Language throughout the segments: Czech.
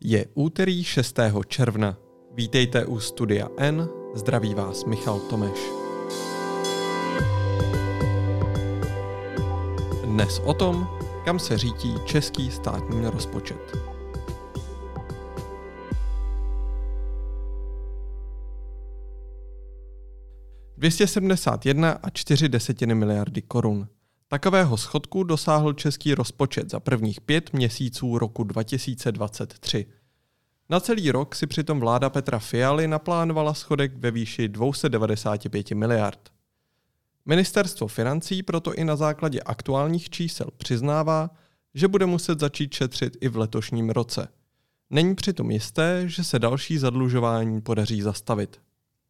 Je úterý 6. června. Vítejte u Studia N, zdraví vás Michal Tomeš. Dnes o tom, kam se řítí český státní rozpočet. $271,4 miliardy korun. Takového schodku dosáhl český rozpočet za prvních 5 měsíců roku 2023. Na celý rok si přitom vláda Petra Fialy naplánovala schodek ve výši 295 miliard. Ministerstvo financí proto i na základě aktuálních čísel přiznává, že bude muset začít šetřit i v letošním roce. Není přitom jisté, že se další zadlužování podaří zastavit.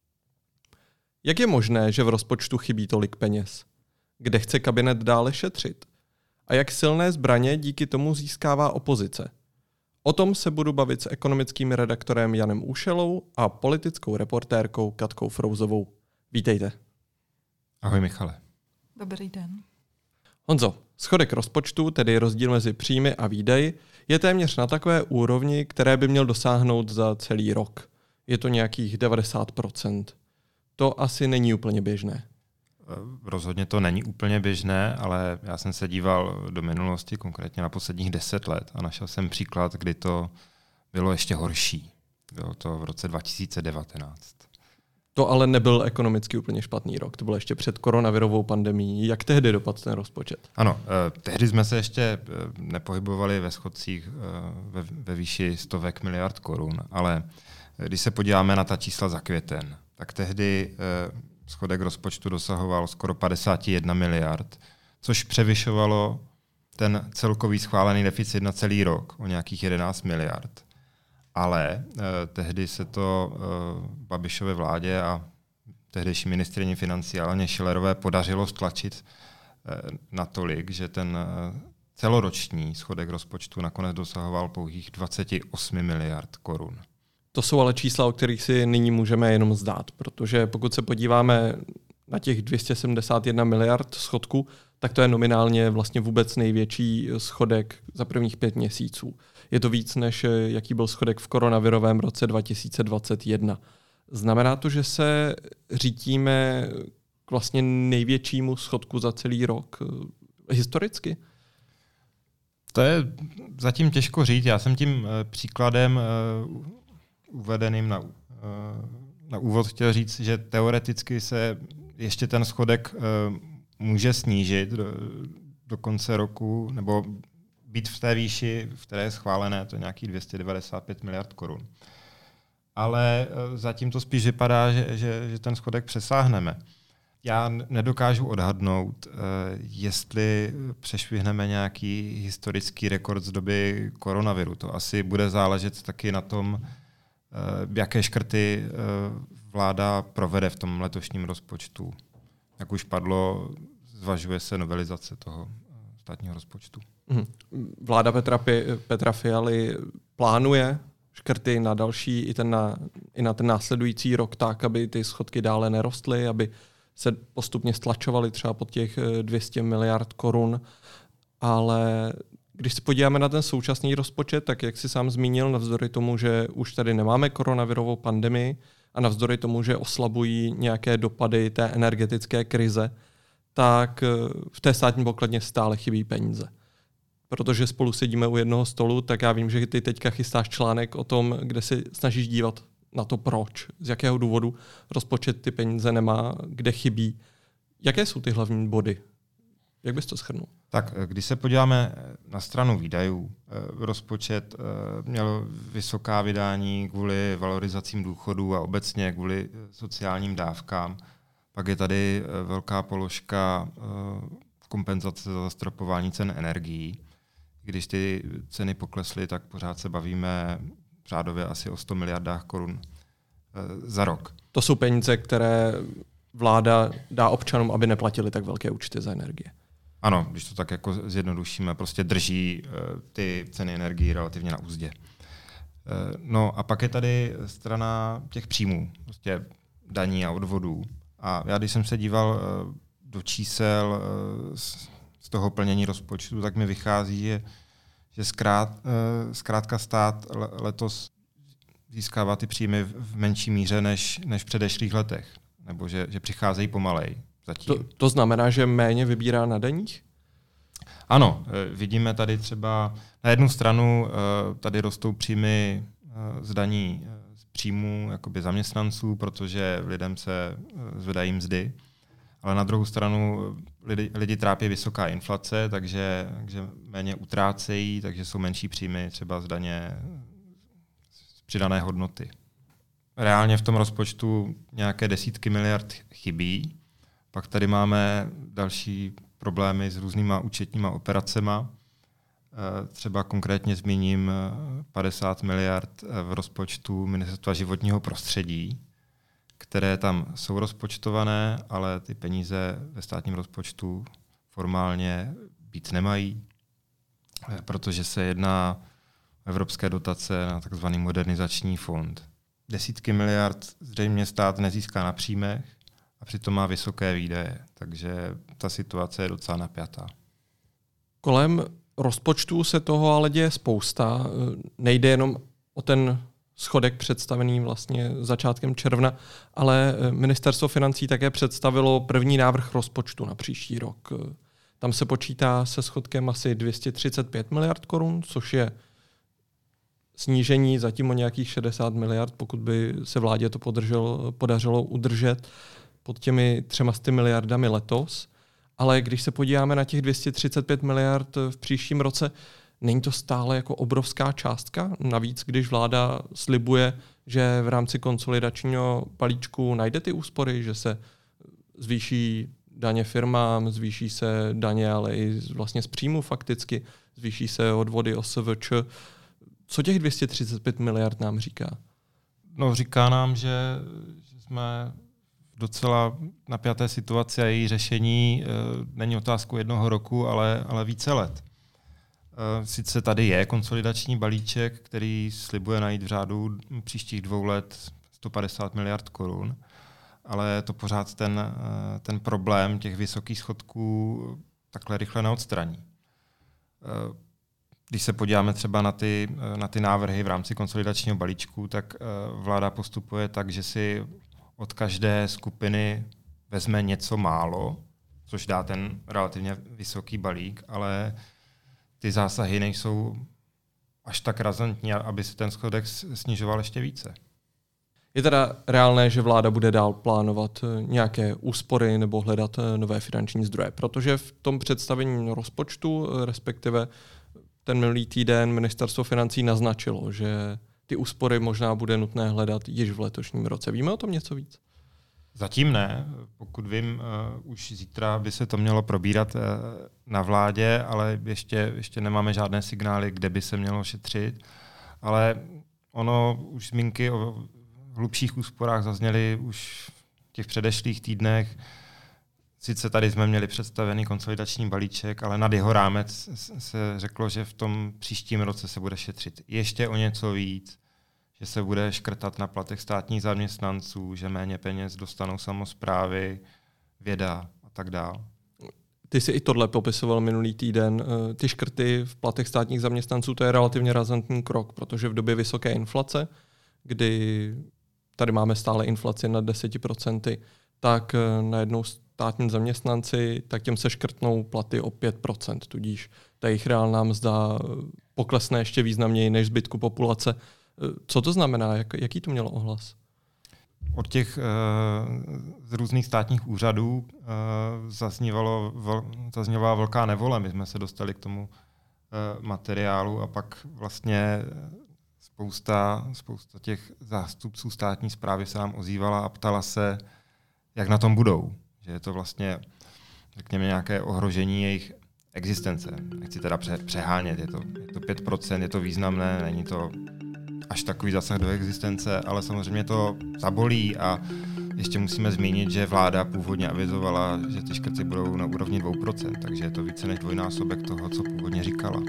Jak je možné, že v rozpočtu chybí tolik peněz? Kde chce kabinet dále šetřit? A jak silné zbraně díky tomu získává opozice? O tom se budu bavit s ekonomickým redaktorem Janem Úšelou a politickou reportérkou Katkou Frouzovou. Vítejte. Ahoj Michale. Dobrý den. Honzo, schodek rozpočtu, tedy rozdíl mezi příjmy a výdaji, je téměř na takové úrovni, které by měl dosáhnout za celý rok. Je to nějakých 90%. To asi není úplně běžné. Rozhodně to není úplně běžné, ale já jsem se díval do minulosti, konkrétně na posledních 10 let a našel jsem příklad, kdy to bylo ještě horší. Bylo to v roce 2019. To ale nebyl ekonomicky úplně špatný rok. To bylo ještě před koronavirovou pandemií. Jak tehdy dopadl ten rozpočet? Ano, tehdy jsme se ještě nepohybovali ve schodcích ve výši stovek miliard korun, ale když se podíváme na ta čísla za květen, tak tehdy schodek rozpočtu dosahoval skoro 51 miliard, což převyšovalo ten celkový schválený deficit na celý rok o nějakých 11 miliard. Ale tehdy se to Babišově vládě a tehdejší ministryni financí Aleně Schillerové podařilo stlačit natolik, že ten celoroční schodek rozpočtu nakonec dosahoval pouhých 28 miliard korun. To jsou ale čísla, o kterých si nyní můžeme jenom zdát, protože pokud se podíváme na těch 271 miliard schodku, tak to je nominálně vlastně vůbec největší schodek za prvních 5 měsíců. Je to víc, než jaký byl schodek v koronavirovém roce 2021. Znamená to, že se řítíme k vlastně největšímu schodku za celý rok historicky? To je zatím těžko říct. Já jsem tím příkladem uvedeným na úvod chtěl říct, že teoreticky se ještě ten schodek může snížit do konce roku, nebo být v té výši, v které je schválené, to je nějakých 295 miliard korun. Ale zatím to spíš vypadá, že ten schodek přesáhneme. Já nedokážu odhadnout, jestli přešvihneme nějaký historický rekord z doby koronaviru. To asi bude záležet taky na tom, jaké škrty vláda provede v tom letošním rozpočtu. Jak už padlo, zvažuje se novelizace toho státního rozpočtu. Vláda Petra Fialy plánuje škrty na další i na ten následující rok tak, aby ty schodky dále nerostly, aby se postupně stlačovaly třeba pod těch 200 miliard korun. Ale když se podíváme na ten současný rozpočet, tak jak jsi sám zmínil, navzdory tomu, že už tady nemáme koronavirovou pandemii a navzdory tomu, že oslabují nějaké dopady té energetické krize, tak v té státní pokladně stále chybí peníze. Protože spolu sedíme u jednoho stolu, tak já vím, že ty teďka chystáš článek o tom, kde se snažíš dívat na to proč, z jakého důvodu rozpočet ty peníze nemá, kde chybí. Jaké jsou ty hlavní body? Jak bys to shrnul? Tak, když se podíváme na stranu výdajů, rozpočet měl vysoká vydání kvůli valorizacím důchodů a obecně kvůli sociálním dávkám. Pak je tady velká položka kompenzace za zastropování cen energií. Když ty ceny poklesly, tak pořád se bavíme řádově asi o 100 miliardách korun za rok. To jsou peníze, které vláda dá občanům, aby neplatili tak velké účty za energie. Ano, když to tak jako zjednodušíme, prostě drží ty ceny energií relativně na úzdě. No a pak je tady strana těch příjmů, prostě daní a odvodů. A já když jsem se díval do čísel z toho plnění rozpočtu, tak mi vychází, že zkrátka stát letos získává ty příjmy v menší míře než v předešlých letech, nebo že přicházejí pomalej zatím. To znamená, že méně vybírá na daních? Ano, vidíme tady třeba na jednu stranu tady rostou příjmy z daní z příjmů jakoby zaměstnanců, protože lidem se zvedají mzdy, ale na druhou stranu lidi trápí vysoká inflace, takže méně utrácejí, takže jsou menší příjmy třeba z daně z přidané hodnoty. Reálně v tom rozpočtu nějaké desítky miliard chybí. Pak tady máme další problémy s různýma účetníma operacema. Třeba konkrétně zmíním 50 miliard v rozpočtu Ministerstva životního prostředí, které tam jsou rozpočtované, ale ty peníze ve státním rozpočtu formálně být nemají, protože se jedná o evropské dotace na tzv. Modernizační fond. Desítky miliard zřejmě stát nezíská na příjmech a přitom má vysoké výdaje, takže ta situace je docela napjatá. Kolem rozpočtu se toho ale děje spousta. Nejde jenom o ten schodek představený vlastně začátkem června, ale ministerstvo financí také představilo první návrh rozpočtu na příští rok. Tam se počítá se schodkem asi 235 miliard korun, což je snížení zatím o nějakých 60 miliard, pokud by se vládě to podařilo udržet pod těmi 300 miliardami letos. Ale když se podíváme na těch 235 miliard v příštím roce, není to stále jako obrovská částka? Navíc, když vláda slibuje, že v rámci konsolidačního balíčku najde ty úspory, že se zvýší daně firmám, zvýší se daně, ale i vlastně z příjmu fakticky, zvýší se odvody OSVČ. Co těch 235 miliard nám říká? No, říká nám, že jsme v docela napjaté situaci a její řešení není otázkou 1 roku, ale více let. Sice tady je konsolidační balíček, který slibuje najít v řádu příštích 2 let 150 miliard korun, ale to pořád ten problém těch vysokých schodků takhle rychle neodstraní. Když se podíváme třeba na ty návrhy v rámci konsolidačního balíčku, tak vláda postupuje tak, že si od každé skupiny vezme něco málo, což dá ten relativně vysoký balík, ale ty zásahy nejsou až tak razantní, aby se ten schodek snižoval ještě více. Je teda reálné, že vláda bude dál plánovat nějaké úspory nebo hledat nové finanční zdroje, protože v tom představení rozpočtu, respektive ten minulý týden ministerstvo financí naznačilo, že ty úspory možná bude nutné hledat již v letošním roce. Víme o tom něco víc? Zatím ne. Pokud vím, už zítra by se to mělo probírat na vládě, ale ještě nemáme žádné signály, kde by se mělo šetřit. Ale už zmínky o hlubších úsporách zazněly už v těch předešlých týdnech. Sice tady jsme měli představený konsolidační balíček, ale nad jeho rámec se řeklo, že v tom příštím roce se bude šetřit ještě o něco víc, že se bude škrtat na platech státních zaměstnanců, že méně peněz dostanou samosprávy, věda a tak dále. Ty jsi i tohle popisoval minulý týden. Ty škrty v platech státních zaměstnanců, to je relativně razantní krok, protože v době vysoké inflace, kdy tady máme stále inflaci nad 10%, tak najednou státní zaměstnanci, tak těm se škrtnou platy o 5%, tudíž ta jejich reálná mzda poklesne ještě významněji než zbytku populace. Co to znamená? Jaký to mělo ohlas? Od těch z různých státních úřadů zaznívala velká nevole. My jsme se dostali k tomu materiálu a pak vlastně spousta těch zástupců státní správy se nám ozývala a ptala se, jak na tom budou. Že je to vlastně, řekněme, nějaké ohrožení jejich existence. Nechci teda přehánět, je to 5%, je to významné, není to až takový zasah do existence, ale samozřejmě to zabolí a ještě musíme zmínit, že vláda původně avizovala, že ty škrty budou na úrovni 2%, takže je to více než dvojnásobek toho, co původně říkala.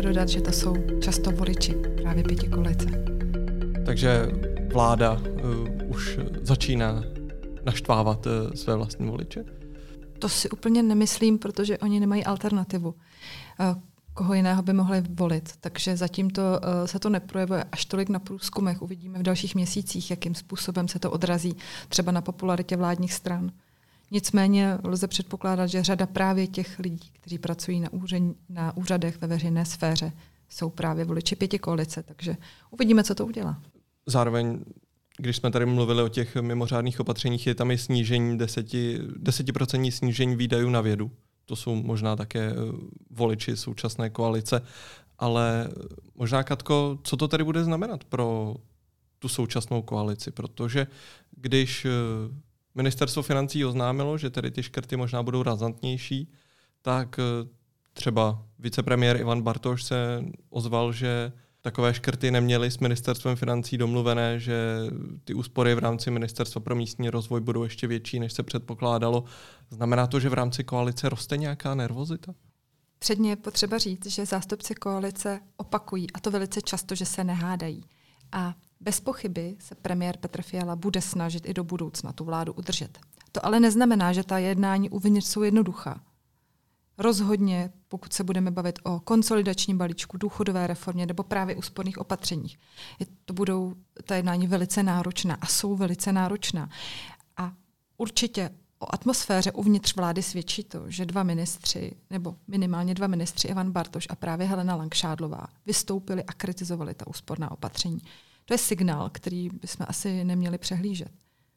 dodat, že to jsou často voliči právě pětikoalice. Takže vláda už začíná naštvávat své vlastní voliče? To si úplně nemyslím, protože oni nemají alternativu. Koho jiného by mohli volit. Takže zatím se to neprojevuje až tolik na průzkumech. Uvidíme v dalších měsících, jakým způsobem se to odrazí třeba na popularitě vládních stran. Nicméně lze předpokládat, že řada právě těch lidí, kteří pracují na úřadech ve veřejné sféře, jsou právě voliči pětikoalice. Takže uvidíme, co to udělá. Zároveň, když jsme tady mluvili o těch mimořádných opatřeních, je tam i snížení 10% snížení výdajů na vědu. To jsou možná také voliči současné koalice. Ale možná, Katko, co to tady bude znamenat pro tu současnou koalici? Protože když ministerstvo financí oznámilo, že tedy ty škrty možná budou razantnější, tak třeba vicepremiér Ivan Bartoš se ozval, že takové škrty neměli s ministerstvem financí domluvené, že ty úspory v rámci Ministerstva pro místní rozvoj budou ještě větší, než se předpokládalo. Znamená to, že v rámci koalice roste nějaká nervozita? Předně je potřeba říct, že zástupci koalice opakují, a to velice často, že se nehádají. A bez pochyby se premiér Petr Fiala bude snažit i do budoucna tu vládu udržet. To ale neznamená, že ta jednání uvnitř jsou jednoduchá. Rozhodně, pokud se budeme bavit o konsolidačním balíčku, důchodové reformě nebo právě úsporných opatřeních, to budou ta jednání velice náročná a jsou velice náročná. A určitě o atmosféře uvnitř vlády svědčí to, že dva ministři, nebo minimálně dva ministři, Ivan Bartoš a právě Helena Langšádlová, vystoupili a kritizovali ta úsporná opatření. To je signál, který bychom asi neměli přehlížet.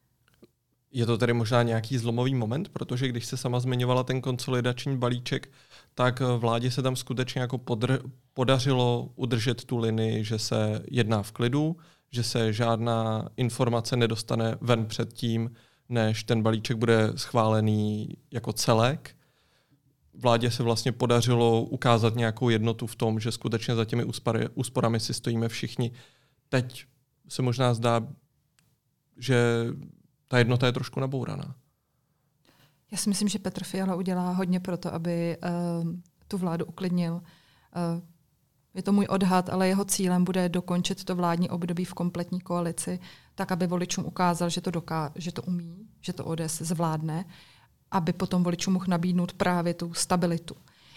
Je to tedy možná nějaký zlomový moment, protože když se sama zmiňovala ten konsolidační balíček, tak vládě se tam skutečně jako podařilo udržet tu linii, že se jedná v klidu, že se žádná informace nedostane ven před tím, než ten balíček bude schválený jako celek. Vládě se vlastně podařilo ukázat nějakou jednotu v tom, že skutečně za těmi úsporami si stojíme všichni. Teď se možná zdá, že ta jednota je trošku nabouraná. Já si myslím, že Petr Fiala udělá hodně pro to, aby tu vládu uklidnil. Je to můj odhad, ale jeho cílem bude dokončit to vládní období v kompletní koalici, tak, aby voličům ukázal, že to umí, že to ODS zvládne, aby potom voličům mohl nabídnout právě tu stabilitu.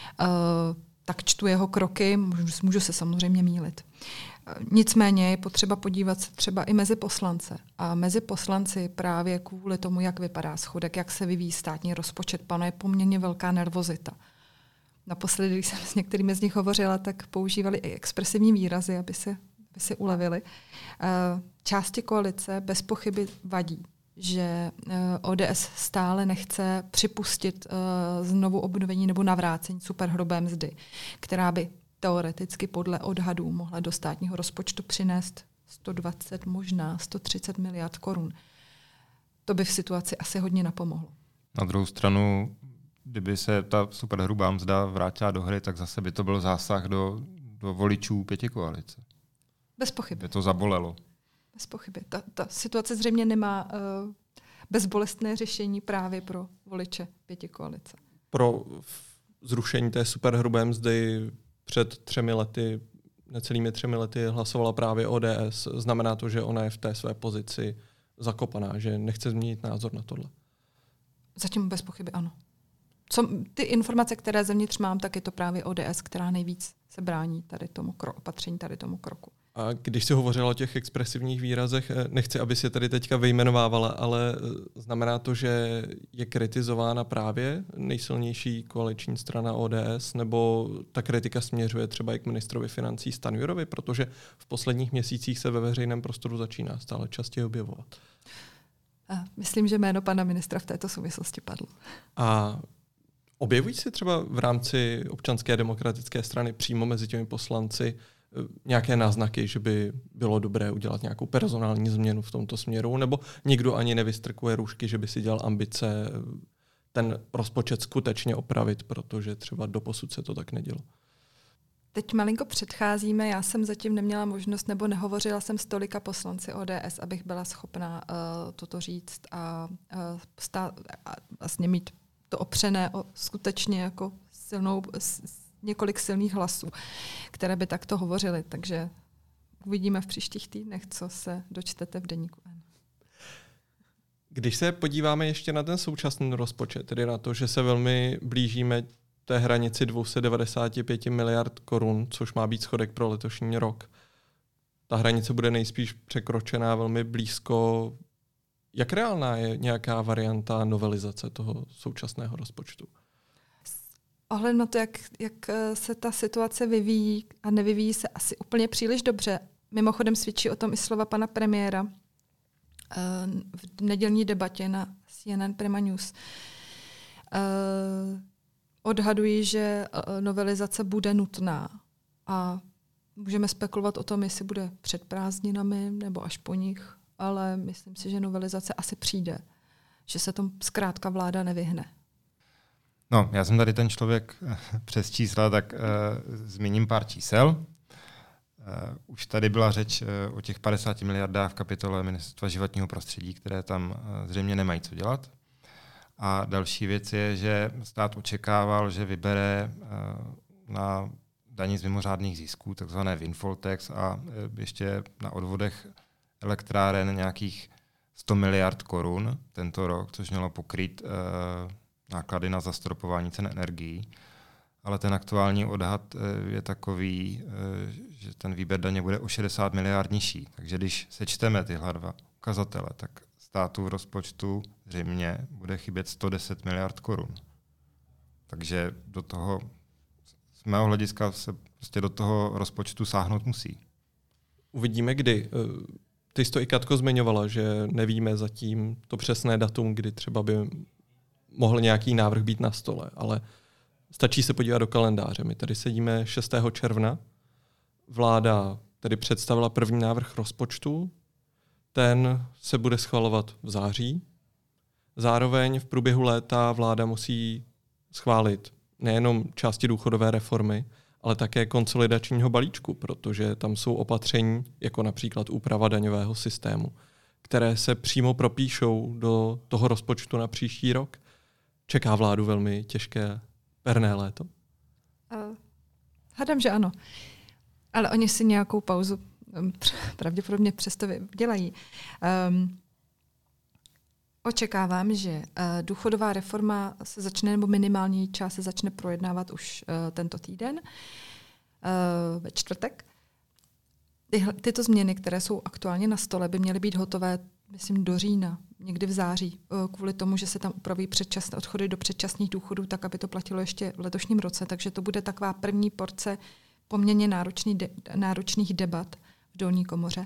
Tak čtu jeho kroky, můžu se samozřejmě mýlit. Nicméně je potřeba podívat se třeba i mezi poslance. A mezi poslanci právě kvůli tomu, jak vypadá schodek, jak se vyvíjí státní rozpočet, panuje poměrně velká nervozita. Naposledy, když jsem s některými z nich hovořila, tak používali i expresivní výrazy, aby si ulevili. Části koalice bez pochyby vadí, že ODS stále nechce připustit znovu obnovení nebo navrácení superhrubé mzdy, která by teoreticky podle odhadů mohla do státního rozpočtu přinést 120, možná 130 miliard korun. To by v situaci asi hodně napomohlo. Na druhou stranu, kdyby se ta superhrubá mzda vrátila do hry, tak zase by to byl zásah do voličů pětikoalice. Bez pochyby. By to zabolelo. Bez pochyby. Ta situace zřejmě nemá bezbolestné řešení právě pro voliče pětikoalice. Pro zrušení té superhrubé mzdy před necelými 3 lety hlasovala právě ODS. Znamená to, že ona je v té své pozici zakopaná, že nechce změnit názor na tohle? Zatím bez pochyby ano. Ty informace, které zevnitř mám, tak je to právě ODS, která nejvíc se brání opatření tady tomu kroku. A když jsi hovořila o těch expresivních výrazech, nechci, aby si tady teďka vyjmenovávala, ale znamená to, že je kritizována právě nejsilnější koaliční strana ODS, nebo ta kritika směřuje třeba i k ministrovi financí Stanjurovi, protože v posledních měsících se ve veřejném prostoru začíná stále častěji objevovat. Myslím, že jméno pana ministra v této souvislosti padlo. A objevují se třeba v rámci Občanské demokratické strany přímo mezi těmi poslanci nějaké náznaky, že by bylo dobré udělat nějakou personální změnu v tomto směru, nebo nikdo ani nevystrkuje růžky, že by si dělal ambice ten rozpočet skutečně opravit, protože třeba doposud se to tak nedělo? Teď malinko předcházíme, já jsem zatím neměla možnost, nebo nehovořila jsem s tolika poslanci ODS, abych byla schopná toto říct a vlastně mít to opřené o skutečně jako několik silných hlasů, které by takto hovořily. Takže uvidíme v příštích týdnech, co se dočtete v Deníku N. Když se podíváme ještě na ten současný rozpočet, tedy na to, že se velmi blížíme té hranici 295 miliard korun, což má být schodek pro letošní rok, ta hranice bude nejspíš překročená velmi blízko. Jak reálná je nějaká varianta novelizace toho současného rozpočtu? Ohledem na to, jak se ta situace vyvíjí a nevyvíjí se asi úplně příliš dobře. Mimochodem svědčí o tom i slova pana premiéra v nedělní debatě na CNN Prima News. Odhadují, že novelizace bude nutná a můžeme spekulovat o tom, jestli bude před prázdninami nebo až po nich, ale myslím si, že novelizace asi přijde, že se tomu zkrátka vláda nevyhne. No, já jsem tady ten člověk přes čísla, tak zmíním pár čísel. Už tady byla řeč o těch 50 miliardách v kapitole Ministerstva životního prostředí, které tam zřejmě nemají co dělat. A další věc je, že stát očekával, že vybere na daní z mimořádných zisků, takzvané windfall tax, a ještě na odvodech elektráren nějakých 100 miliard korun tento rok, což mělo pokrýt náklady na zastropování cen energií. Ale ten aktuální odhad je takový, že ten výběr daně bude o 60 miliard nižší. Takže když sečteme tyhle dva ukazatele, tak státu v rozpočtu zřejmě bude chybět 110 miliard korun. Takže do toho, z mého hlediska, se prostě do toho rozpočtu sáhnout musí. Uvidíme kdy. Ty jsi to i Katko zmiňovala, že nevíme zatím to přesné datum, kdy třeba by mohl nějaký návrh být na stole, ale stačí se podívat do kalendáře. My tady sedíme 6. června. Vláda tedy představila první návrh rozpočtu. Ten se bude schvalovat v září. Zároveň v průběhu léta vláda musí schválit nejenom části důchodové reformy, ale také konsolidačního balíčku, protože tam jsou opatření, jako například úprava daňového systému, které se přímo propíšou do toho rozpočtu na příští rok. Čeká vládu velmi těžké perné léto? Hádám, že ano. Ale oni si nějakou pauzu pravděpodobně přesto dělají. Očekávám, že důchodová reforma se začne, nebo minimální část se začne projednávat už tento týden, ve čtvrtek. Tyto změny, které jsou aktuálně na stole, by měly být hotové, myslím, do října, někdy v září, kvůli tomu, že se tam upraví předčasné odchody do předčasných důchodů, tak aby to platilo ještě v letošním roce. Takže to bude taková první porce poměrně náročných debat v dolní komoře.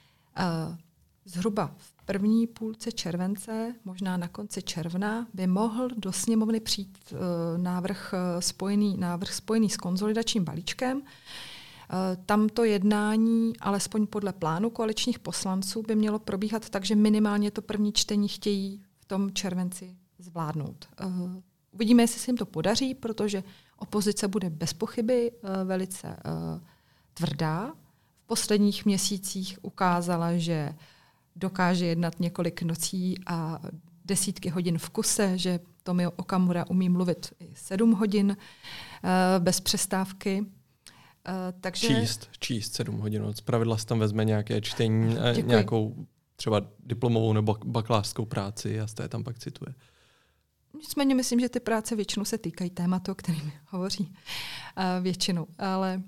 Zhruba v první půlce července, možná na konci června, by mohl do sněmovny přijít návrh spojený s konsolidačním balíčkem. Tamto jednání, alespoň podle plánu koaličních poslanců, by mělo probíhat tak, že minimálně to první čtení chtějí v tom červenci zvládnout. Uvidíme, jestli se jim to podaří, protože opozice bude bez pochyby velice tvrdá. V posledních měsících ukázala, že dokáže jednat několik nocí a desítky hodin v kuse, že Tomio Okamura umí mluvit i 7 hodin bez přestávky. Takže číst 7 hodin. Zpravidla se tam vezme nějaké čtení, nějakou třeba diplomovou nebo bakalářskou práci a z té tam pak cituje. Nicméně myslím, že ty práce většinou se týkají tématu, o kterým hovoří většinou. Ale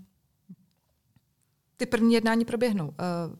ty první jednání proběhnou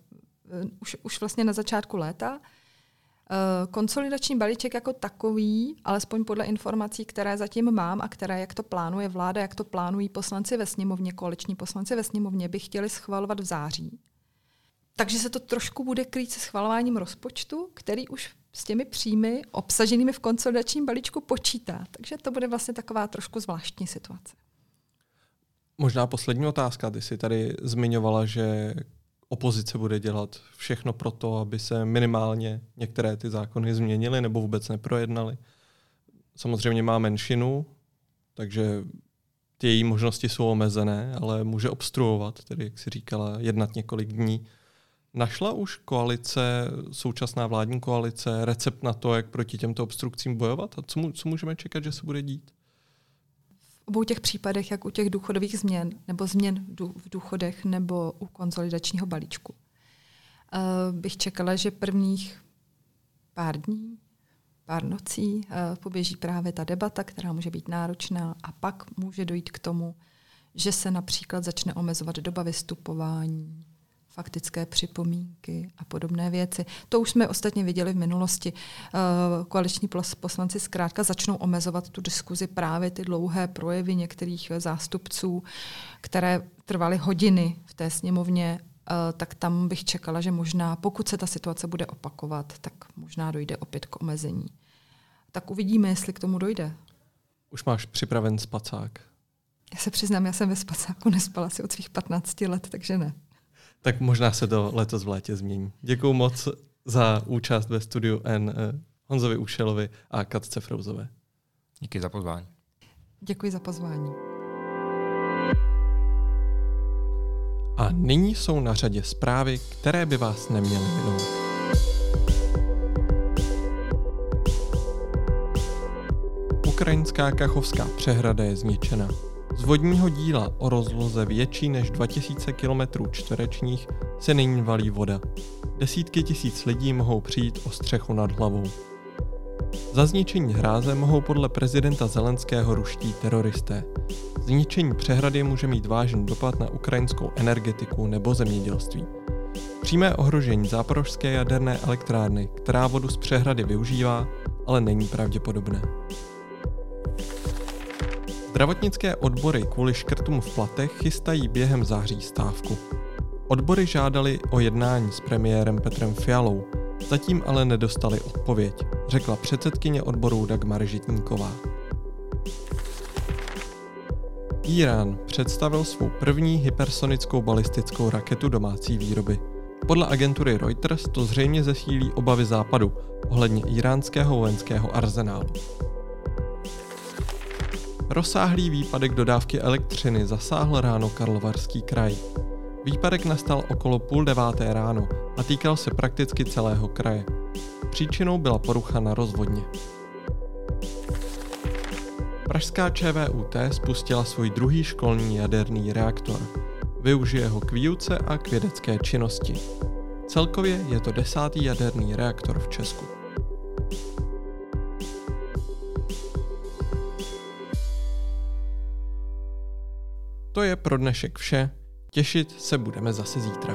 už vlastně na začátku léta. Konsolidační balíček jako takový, alespoň podle informací, které zatím mám a které, jak to plánuje vláda, jak to plánují poslanci ve sněmovně, koaliční poslanci ve sněmovně, by chtěli schvalovat v září. Takže se to trošku bude krýt se schvalováním rozpočtu, který už s těmi příjmy obsaženými v konsolidačním balíčku počítá. Takže to bude vlastně taková trošku zvláštní situace. Možná poslední otázka. Ty jsi tady zmiňovala, že opozice bude dělat všechno pro to, aby se minimálně některé ty zákony změnily nebo vůbec neprojednaly. Samozřejmě má menšinu, takže ty její možnosti jsou omezené, ale může obstruovat, tedy jak jsi říkala, jednat několik dní. Našla už koalice, současná vládní koalice, recept na to, jak proti těmto obstrukcím bojovat? A co můžeme čekat, že se bude dít? obou těch případech, jak u těch důchodových změn, nebo změn v důchodech, nebo u konsolidačního balíčku, bych čekala, že prvních pár dní, pár nocí poběží právě ta debata, která může být náročná, a pak může dojít k tomu, že se například začne omezovat doba vystupování, faktické připomínky a podobné věci. To už jsme ostatně viděli v minulosti. Koaliční poslanci zkrátka začnou omezovat tu diskuzi, právě ty dlouhé projevy některých zástupců, které trvaly hodiny v té sněmovně, tak tam bych čekala, že možná, pokud se ta situace bude opakovat, tak možná dojde opět k omezení. Tak uvidíme, jestli k tomu dojde. Už máš připraven spacák? Já se přiznám, já jsem ve spacáku nespala asi od svých 15 let, takže ne. Tak možná se to letos v létě změní. Děkuju moc za účast ve Studiu N Honzovi Ušelovi a Katce Frouzové. Díky za pozvání. Děkuji za pozvání. A nyní jsou na řadě zprávy, které by vás neměly minout. Ukrajinská Kachovská přehrada je zničena. Z vodního díla o rozloze větší než 2000 km² se nyní valí voda. Desítky tisíc lidí mohou přijít o střechu nad hlavou. Za zničení hráze mohou podle prezidenta Zelenského ruští teroristé. Zničení přehrady může mít vážný dopad na ukrajinskou energetiku nebo zemědělství. Přímé ohrožení Záporožské jaderné elektrárny, která vodu z přehrady využívá, ale není pravděpodobné. Zdravotnické odbory kvůli škrtům v platech chystají během září stávku. Odbory žádali o jednání s premiérem Petrem Fialou, zatím ale nedostali odpověď, řekla předsedkyně odborů Dagmar Žitníková. Írán představil svou první hypersonickou balistickou raketu domácí výroby. Podle agentury Reuters to zřejmě zesílí obavy Západu ohledně íránského vojenského arzenálu. Rozsáhlý výpadek dodávky elektřiny zasáhl ráno Karlovarský kraj. Výpadek nastal okolo 8:30 ráno a týkal se prakticky celého kraje. Příčinou byla porucha na rozvodně. Pražská ČVUT spustila svůj druhý školní jaderný reaktor. Využije ho k výuce a k vědecké činnosti. Celkově je to 10. jaderný reaktor v Česku. To je pro dnešek vše. Těšit se budeme zase zítra.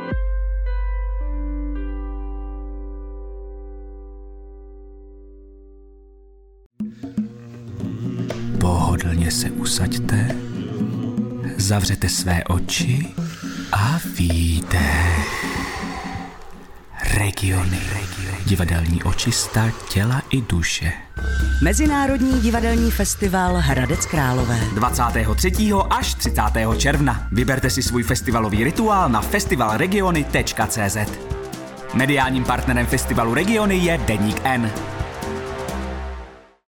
Pohodlně se usaďte, zavřete své oči a výdech. Regiony. Divadelní očista těla i duše. Mezinárodní divadelní festival Hradec Králové. 23. až 30. června. Vyberte si svůj festivalový rituál na festivalregiony.cz. Mediálním partnerem festivalu Regiony je Deník N.